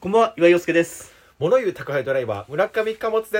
こんばんは、岩井陽介です。 物言う宅配ドライバー村上貨物です。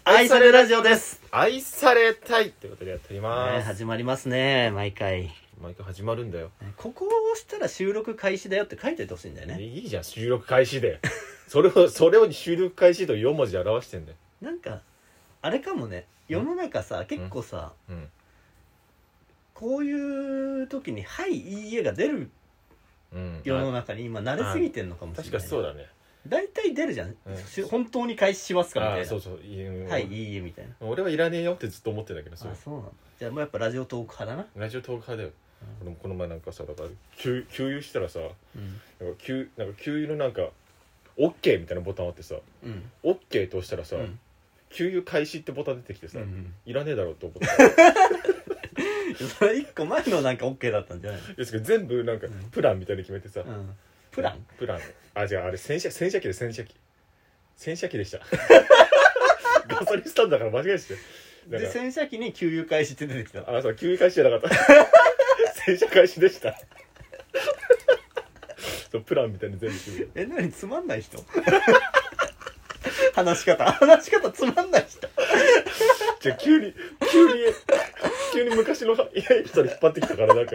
愛されラジオです。 愛されたいということでやっております、 始まりますね、毎回始まるんだよ。 ここを押したら収録開始だよって書いておいてほしいんだよね。 いいじゃん、収録開始でそれを収録開始と4文字で表してんだよ。 なんかあれかもね、世の中さ、結構さ、こういう時にはいいいえが出る世の中に今慣れすぎてんのかもしれない。 確かにそうだね。 大体出るじゃん、本当に開始しますかみたいな。 そうはいいいえみたいな。 俺はいらねえよってずっと思ってんだけど。 そうなの。じゃあもうやっぱラジオトーク派だな。 ラジオトーク派だよ。俺もこの前なんかさ、だから給油したらさ、なんか給油のなんか OK みたいなボタンあってさ、OK って押したらさ、給油開始ってボタン出てきてさ、いらねえだろうと思ってそれ1個前のなんか OK だったんじゃないの。 ですけど全部なんかプランみたいに決めてさ、 プランじゃああれ洗車機で洗車機でしたガソリンスタンドだから間違えてて、 で洗車機に給油開始って出てきた。 そう、給油開始じゃなかった洗車開始でしたそうプランみたいに全部決めて。 何つまんない人話し方つまんない人じゃあ急に昔の人に引っ張ってきたからなんか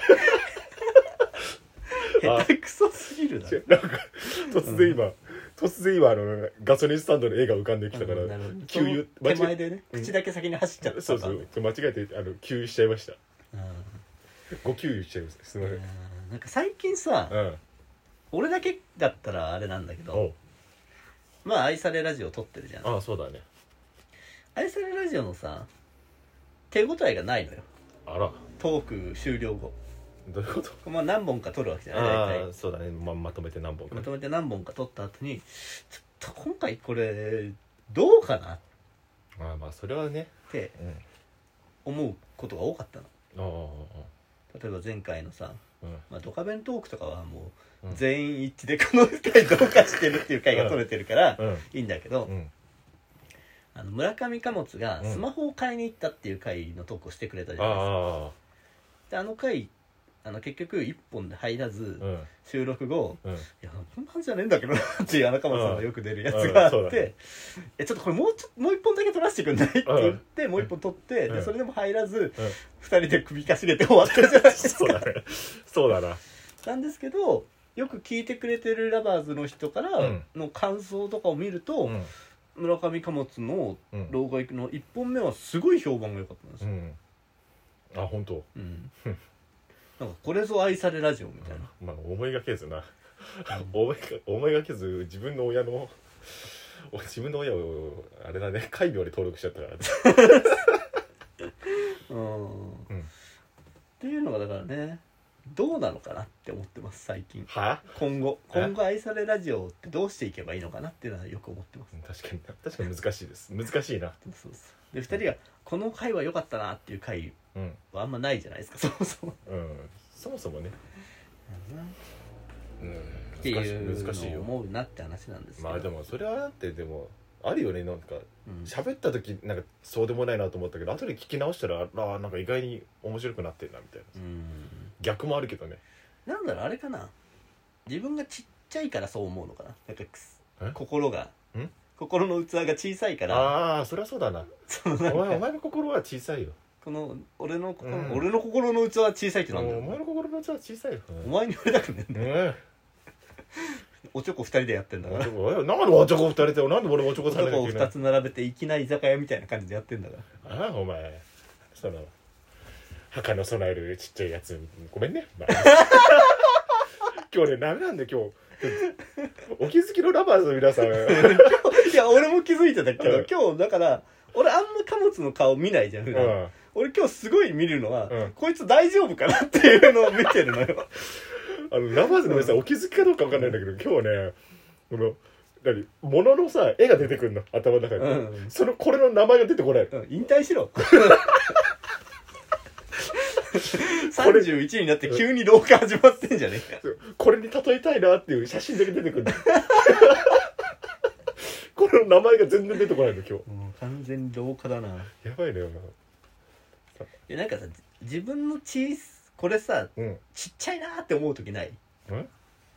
下手くそすぎるな。 なんか突然今ガソリンスタンドの絵が浮かんできたから、 給油手前でね、口だけ先に走っちゃった。 そう間違えて給油しちゃいました。ご給油しちゃいます。すみません。 なんか最近さ、俺だけだったらあれなんだけど、まあ愛されラジオ撮ってるじゃん。 そうだね。 愛されラジオのさ、手応えがないのよ。 あら。 トーク終了後。 どういうこと？ まあ何本か撮るわけじゃない。大体そうだね。まとめて何本か撮った後に、ちょっと今回これどうかなまあそれはねって思うことが多かったの。例えば前回のさ、ドカベントークとかはもう全員一致でこの回どうかしてるっていう回が撮れてるからいいんだけど、村上貨物がスマホを買いに行ったっていう回のトークをしてくれたじゃないですか。であの回結局1本で入らず、収録後、いやこんなんじゃねえんだけどなっていう貨物さんがよく出るやつがあって、ちょっとこれもう1本だけ撮らせてくんないって言って、もう1本撮って、でそれでも入らず、2人で首かしげて終わったじゃないですか。 そうだな。 なんですけど、よく聞いてくれてるラバーズの人からの感想とかを見ると、村上貨物の老後行くの1本目はすごい評判が良かったんですよ。 本当。 なんかこれぞ愛されラジオみたいな。 思いがけずな、思いがけず自分の親をあれだね、戒名で登録しちゃったからっていうのがだからね、どうなのかなって思ってます最近。今後愛されラジオってどうしていけばいいのかなっていうのはよく思ってます。 確かに難しいです。難しいな。 そうで2人がこの回は良かったなっていう回はあんまないじゃないですか、そもそも。 そもそもね。 っていうのを思うなって話なんですけど。 でもそれはだってでもあるよね。なんか喋った時なんかそうでもないなと思ったけど、後で聞き直したらなんか意外に面白くなってるなみたいな。逆もあるけどね。 なんだろう、あれかな、自分がちっちゃいからそう思うのかな。なんか心の器が小さいから。 そりゃそうだな。お前の心は小さいよ。 この俺の心の器は小さいってなんだよ。 お前の心の器は小さいよ。 お前に言われたくねえんだよ。おちょこ2人でやってんだから。 なんでおちょこ2人で、なんで俺おちょこ3人で。 おちょこ2つ並べて粋な居酒屋みたいな感じでやってんだから。 お前墓の備えるちっちゃいやつ、ごめんね、今日ねダメなんで、今日お気づきのラバーズの皆さんいや俺も気づいてたけど、今日だから俺あんま貨物の顔見ないじゃん普段。俺今日すごい見るのは、こいつ大丈夫かなっていうのを見てるのよ。 ラバーズの皆さんお気づきかどうか分かんないんだけど、今日ね物のさ絵が出てくるの頭の中に、これの名前が出てこない。 引退しろ31になって急に老化始まってんじゃねえか。 これに例えたいなっていう写真だけ出てくるこれの名前が全然出てこないの今日。 完全に老化だな。 やばいね。 なんかさ、自分のこれさ、ちっちゃいなって思う時ない？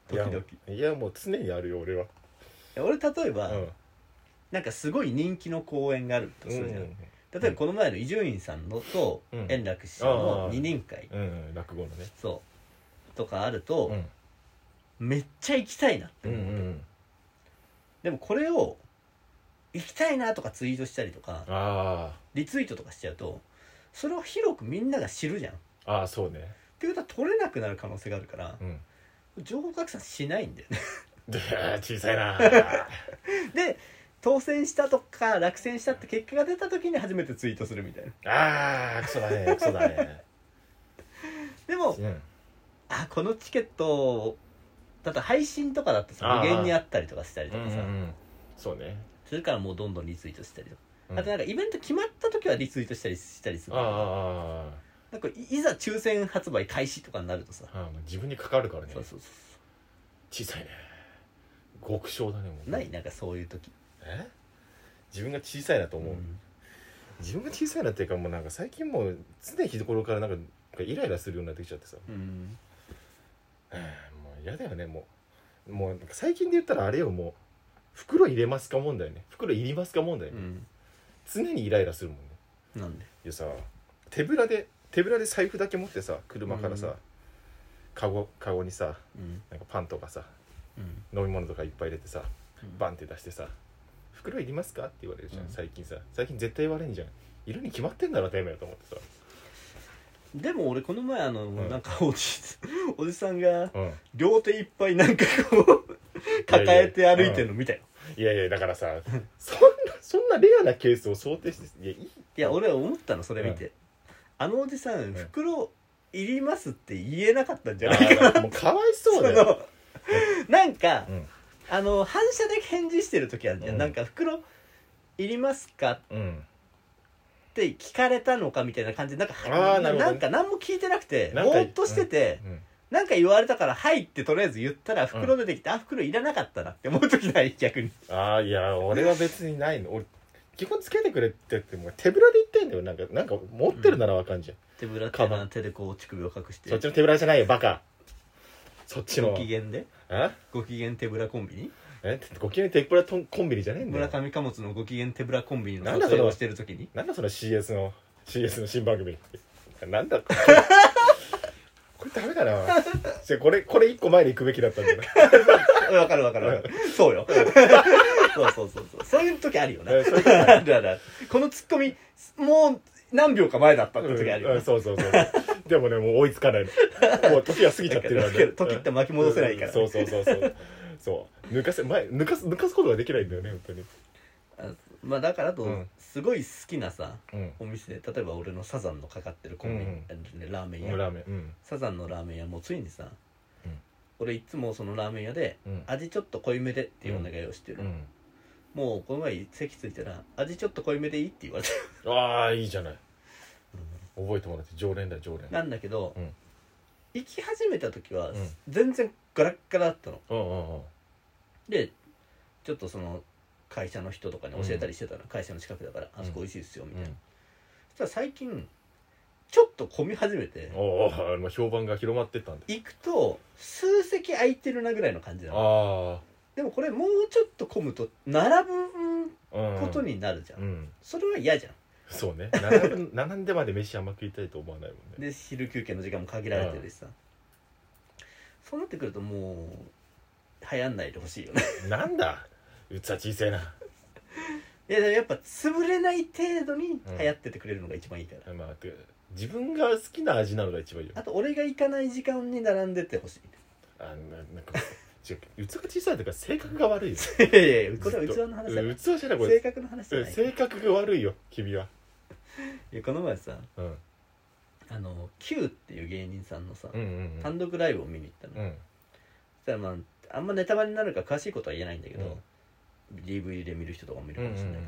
時々。 いやもう常にあるよ俺は。 俺例えば、なんかすごい人気の公演があるとするじゃん、例えばこの前の伊集院さんのと円楽師匠の二人会、 落語のねそうとかあると、めっちゃ行きたいなって思う、でもこれを行きたいなとかツイートしたりとかリツイートとかしちゃうと、それを広くみんなが知るじゃん。 そうね。 っていうことは取れなくなる可能性があるから、情報拡散しないんだよね小さいなで当選したとか落選したって結果が出た時に初めてツイートするみたいな。クソだねクソだねでも、このチケットだと配信とかだとさ無限にあったりとかしたりとかさ、 そうね。 それからもうどんどんリツイートしたりとか、あとなんかイベント決まった時はリツイートしたりするなんかいざ抽選発売開始とかになるとさ、 自分にかかるからね。 そう小さいね。極小だね。もうないなんかそういう時自分が小さいなと思う、自分が小さいなっていうか、もうなんか最近もう常日頃からなんかイライラするようになってきちゃってさ、もう嫌だよね。もう最近で言ったらあれよ、もう袋入れますか問題ね。袋いりますか問題ね、常にイライラするもんね。 なんでいやさ、手ぶらで財布だけ持ってさ、車からさ、カゴにさ、なんかパンとかさ、飲み物とかいっぱい入れてさ、バンって出してさ、袋いりますかって言われるじゃん、最近絶対言われんじゃん。いるに決まってんだろてめえと思ってさ。 でも俺この前なんかおじさんが両手いっぱいなんかこう抱えて歩いてるの見たよ。 いやだからさそんなレアなケースを想定して、 いや俺は思ったの、それ見て、おじさん袋いりますって言えなかったんじゃないかな。 もうかわいそうだよなんか、反射で返事してる時あるじゃん、なんか袋いりますかって聞かれたのかみたいな感じで、なんか何も聞いてなくてぼーっとしてて、なんか言われたからはいってとりあえず言ったら袋出てきて、袋いらなかったなって思う時ない？逆に。 いや俺は別にないの。俺基本つけてくれって言っても手ぶらで言ってんだよ。なんか持ってるならわかんじゃん、 手ぶらって手でこう乳首を隠して。 そっちの手ぶらじゃないよバカ。そっちのご機嫌でご機嫌手ぶらコンビニ、 ご機嫌手ぶらコンビニじゃねえんだよ。 村上貨物のご機嫌手ぶらコンビニの撮影をしてる時に、 なんだその CS の新番組なんだこれダメだなこれ1個前に行くべきだったんじゃないわかるそうよそういう時あるよなこのツッコミもう何秒か前だったって時あるよ、 そうでもねもう追いつかないの。もう時は過ぎちゃってるわけ。 時って巻き戻せないから、 そう抜かすことができないんだよね本当に。 だからあと、すごい好きなさ、お店で例えば俺のサザンのかかってるコンビニ、ラーメン屋、サザンのラーメン屋もうついにさ、俺いつもそのラーメン屋で、味ちょっと濃いめでっていうお願いをしてる、もうこの前席ついたら味ちょっと濃いめでいいって言われたいいじゃない、覚えてもらって常連なんだけど、行き始めた時は、全然ガラッガラだったの、でちょっとその会社の人とかに教えたりしてたの、会社の近くだからあそこ美味しいですよみたいな、そしたら最近ちょっと混み始めて、 評判が広まってったんで行くと数席空いてるなぐらいの感じなの。でもこれもうちょっと混むと並ぶことになるじゃん、それは嫌じゃん。 そうね並んでまで飯あんま食いたいと思わないもんね。 で昼休憩の時間も限られてるしさ、そうなってくるともう流行んないでほしいよねなんだ器小さいな。 いややっぱ潰れない程度に流行っててくれるのが一番いいから、 自分が好きな味なのが一番いいよ。 あと俺が行かない時間に並んでてほしい。 なんか器が小さいとか性格が悪いよ。 いやこれは器の話だから。 器じゃないこれ。 性格の話じゃない。 性格が悪いよ君は。 この前さ、Q っていう芸人さんのさ、単独ライブを見に行ったの。そしたらあんまネタバレになるから詳しいことは言えないんだけど、DVD で見る人とかもいるかもしれないから、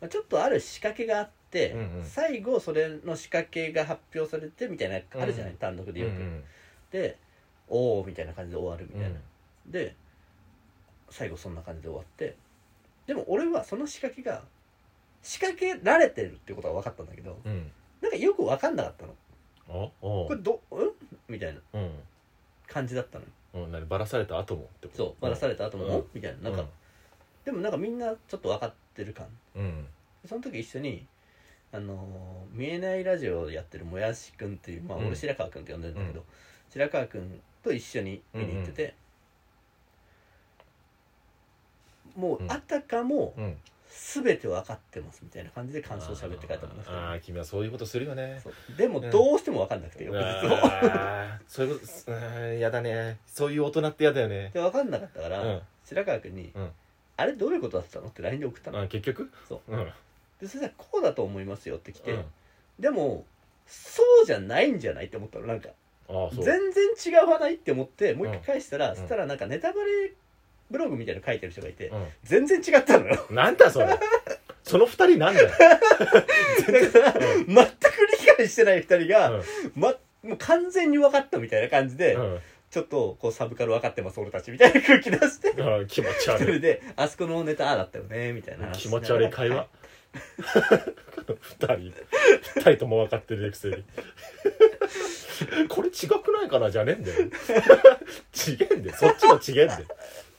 ちょっとある仕掛けがあって、最後それの仕掛けが発表されてみたいなあるじゃない、単独でよく、でおーみたいな感じで終わるみたいな、で最後そんな感じで終わって、でも俺はその仕掛けが仕掛けられてるってことは分かったんだけど、なんかよく分かんなかったの。これみたいな感じだったの。 バラされた後もってこと。 そうバラされた後も、みたいななんか、でもなんかみんなちょっと分かってる感、その時一緒に見えないラジオをやってるもやしくんっていう、俺白川くんって呼んでるんだけど、白川くんと一緒に見に行ってて、もうあたかも全て分かってますみたいな感じで感想を喋って帰ったもんですああ君はそういうことするよね。 でもどうしても分かんなくて、翌日そういうことやだね。そういう大人ってやだよね。 で分かんなかったから、白川くんに、あれどういうことだったのって LINE で送ったの。 結局そう、でそしたらこうだと思いますよって来て、でもそうじゃないんじゃないって思ったの。なんか全然違わないって思ってもう一回返したら、そしたらなんかネタバレブログみたいなの書いてる人がいて、全然違ったのよ。 なんだそれその二人なんだよだから全く理解してない二人が、もう完全に分かったみたいな感じで、ちょっとこうサブカル分かってます俺たちみたいな空気出して、 気持ち悪い。 それであそこのネタああだったよねみたいな気持ち悪い会話二人とも分かってるくせにこれ違くないかなじゃねえんだよ違えんだよ、そっちも違えんだよ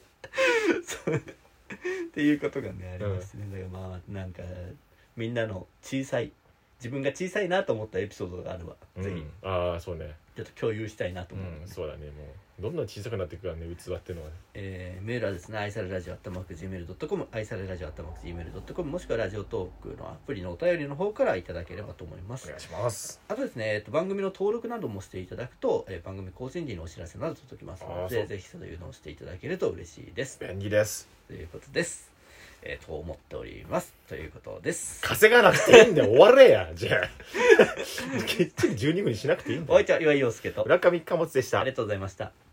っていうことがねありますね。だからなんかみんなの自分が小さいなと思ったエピソードがあれば、ぜひそうねちょっと共有したいなと思う、 そうだね。もうどんどん小さくなっていくからね、器っていうのはね。メールはですね、愛されラジオ@gmail.com、愛されラジオ@gmail.com、もしくはラジオトークのアプリのお便りの方からいただければと思います。 お願いします。 あとですね、番組の登録などもしていただくと、番組更新時のお知らせなど届きますので、ぜひそういうのをしていただけると嬉しいです。 便利ですということです。と思っておりますということです。 稼がなくていいんだよ、終われやじゃあきっちり12分にしなくていいんだよ。 お相手は岩井陽介と村上貨物でした。 ありがとうございました。